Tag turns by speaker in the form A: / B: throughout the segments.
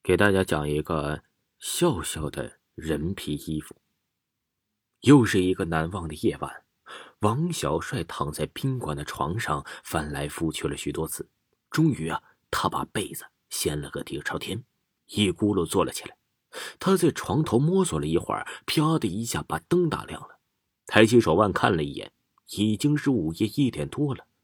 A: 给大家讲一个笑笑的人皮衣服。又是一个难忘的夜晚，王小帅躺在宾馆的床上翻来覆去了许多次，终于他把被子掀了个底朝天，一咕噜坐了起来。他在床头摸索了一会儿，啪的一下把灯打亮了，抬起手腕看了一眼，已经是午夜1点多了。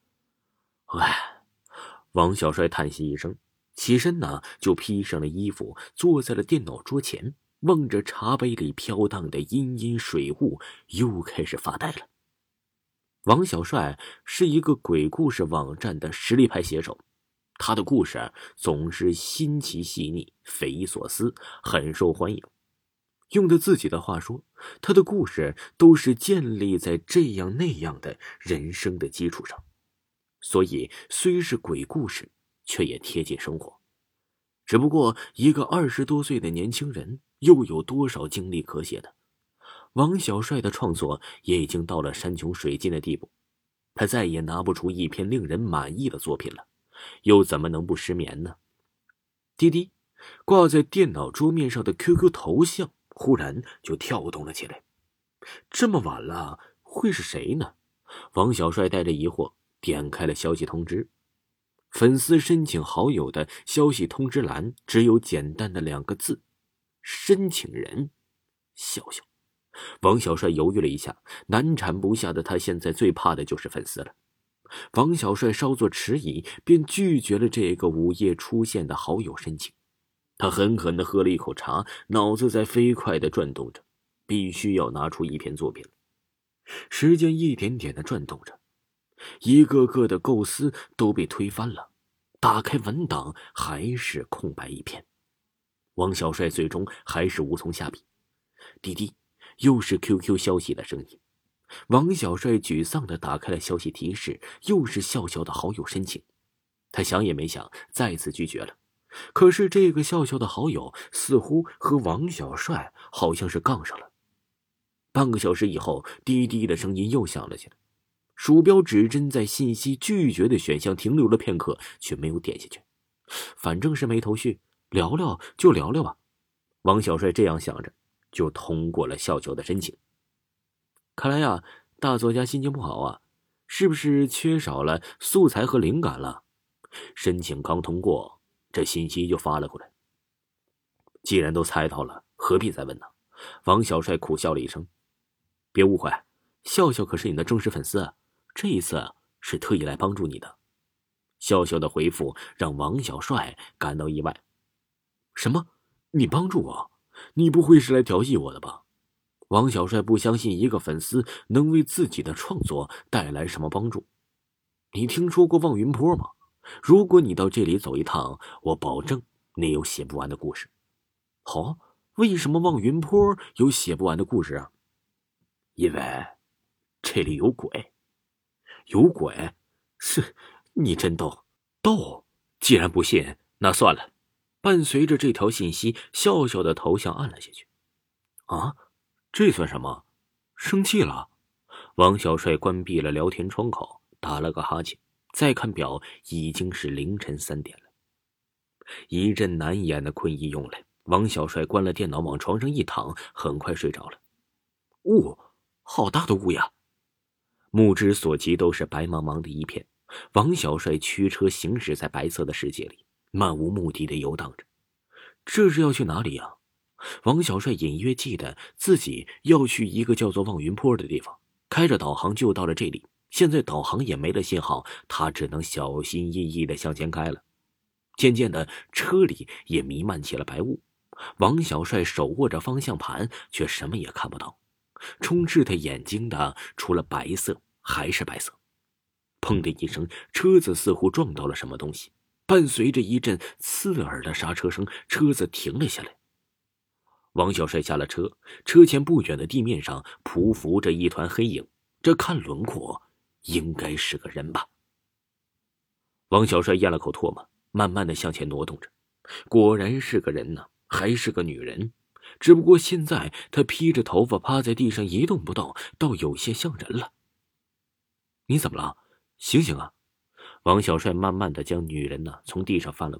A: 王小帅叹息一声，起身就披上了衣服，坐在了电脑桌前，望着茶杯里飘荡的阴阴水雾，又开始发呆了。王小帅是一个鬼故事网站的实力派写手，他的故事总是新奇细腻，匪夷所思，很受欢迎。用他自己的话说，他的故事都是建立在这样那样的人生的基础上，所以虽是鬼故事，却也贴近生活。只不过一个20多岁的年轻人，又有多少精力可写呢？王小帅的创作也已经到了山穷水尽的地步，他再也拿不出一篇令人满意的作品了，又怎么能不失眠呢？滴滴，挂在电脑桌面上的 QQ 头像忽然就跳动了起来。这么晚了，会是谁呢？王小帅带着疑惑点开了消息通知。粉丝申请好友的消息通知栏只有简单的2个字：申请人笑笑。王小帅犹豫了一下，难缠不下的他现在最怕的就是粉丝了。王小帅稍作迟疑，便拒绝了这个午夜出现的好友申请。他狠狠地喝了一口茶，脑子在飞快地转动着，必须要拿出一篇作品。时间一点点地转动着，一个个的构思都被推翻了，打开文档还是空白一片。王小帅最终还是无从下笔。滴滴，又是 QQ 消息的声音。王小帅沮丧地打开了消息提示，又是笑笑的好友申请。他想也没想，再次拒绝了。可是这个笑笑的好友似乎和王小帅好像是杠上了。半个小时以后，滴滴的声音又响了起来。鼠标指针在信息拒绝的选项停留了片刻，却没有点下去。反正是没头绪，聊聊就聊聊吧。王小帅这样想着，就通过了笑笑的申请。看来大作家心情不好是不是缺少了素材和灵感了？申请刚通过，这信息就发了过来。既然都猜到了，何必再问呢？王小帅苦笑了一声。别误会，笑笑可是你的忠实粉丝，这一次是特意来帮助你的。笑笑的回复让王小帅感到意外。什么？你帮助我？你不会是来调戏我的吧？王小帅不相信一个粉丝能为自己的创作带来什么帮助。你听说过望云坡吗？如果你到这里走一趟，我保证你有写不完的故事。好，为什么望云坡有写不完的故事啊？因为这里有鬼。有鬼？是，你真逗。逗？既然不信，那算了。伴随着这条信息，笑笑的头像按了下去。这算什么？生气了？王小帅关闭了聊天窗口，打了个哈欠，再看表，已经是凌晨3点了。一阵难言的困意涌来，王小帅关了电脑，往床上一躺，很快睡着了。雾，好大的雾呀！目之所及都是白茫茫的一片。王小帅驱车行驶在白色的世界里，漫无目的地游荡着。这是要去哪里呀？王小帅隐约记得自己要去一个叫做望云坡的地方，开着导航就到了这里。现在导航也没了信号，他只能小心翼翼地向前开了。渐渐的，车里也弥漫起了白雾。王小帅手握着方向盘，却什么也看不到。充斥他眼睛的除了白色还是白色。砰的一声，车子似乎撞到了什么东西，伴随着一阵刺耳的刹车声，车子停了下来。王小帅下了车，车前不远的地面上匍匐着一团黑影，这看轮廓应该是个人吧。王小帅咽了口唾沫，慢慢的向前挪动着。果然是个人呢，还是个女人。只不过现在她披着头发趴在地上一动不动，倒有些像人了。你怎么了？醒醒啊！王小帅慢慢的将女人从地上翻了过来，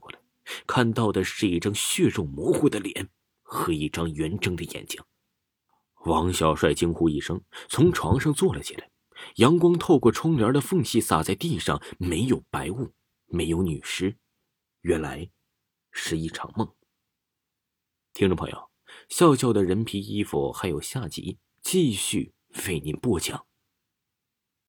A: 看到的是一张血肉模糊的脸和一张圆睁的眼睛。王小帅惊呼一声，从床上坐了起来。阳光透过窗帘的缝隙洒在地上，没有白雾，没有女尸，原来是一场梦。听众朋友，笑笑的人皮衣服还有下集继续为您播讲。